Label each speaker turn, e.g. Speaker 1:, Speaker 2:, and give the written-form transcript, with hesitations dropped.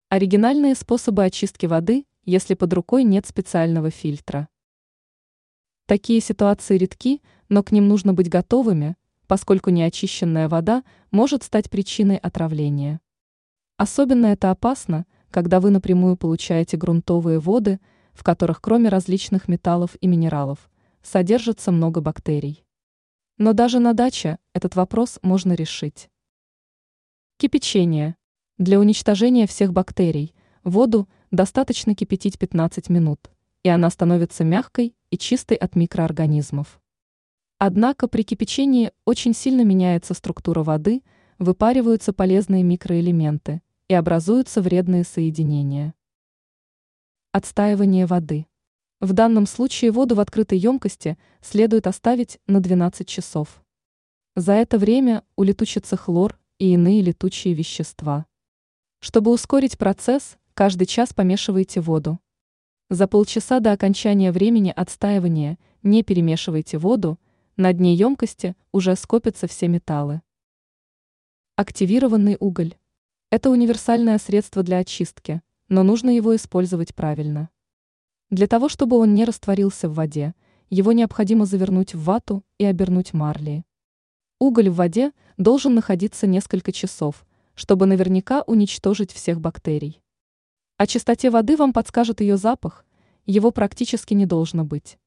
Speaker 1: Оригинальные способы очистки воды, если под рукой нет специального фильтра. Такие ситуации редки, но к ним нужно быть готовыми, поскольку неочищенная вода может стать причиной отравления. Особенно это опасно, когда вы напрямую получаете грунтовые воды, в которых кроме различных металлов и минералов содержится много бактерий. Но даже на даче этот вопрос можно решить. Кипячение. Для уничтожения всех бактерий воду достаточно кипятить 15 минут, и она становится мягкой и чистой от микроорганизмов. Однако при кипячении очень сильно меняется структура воды, выпариваются полезные микроэлементы и образуются вредные соединения. Отстаивание воды. В данном случае воду в открытой емкости следует оставить на 12 часов. За это время улетучится хлор и иные летучие вещества. Чтобы ускорить процесс, каждый час помешивайте воду. За полчаса до окончания времени отстаивания не перемешивайте воду, на дне емкости уже скопятся все металлы. Активированный уголь. Это универсальное средство для очистки, но нужно его использовать правильно. Для того, чтобы он не растворился в воде, его необходимо завернуть в вату и обернуть марлей. Уголь в воде должен находиться несколько часов, чтобы наверняка уничтожить всех бактерий. О чистоте воды вам подскажет ее запах, его практически не должно быть.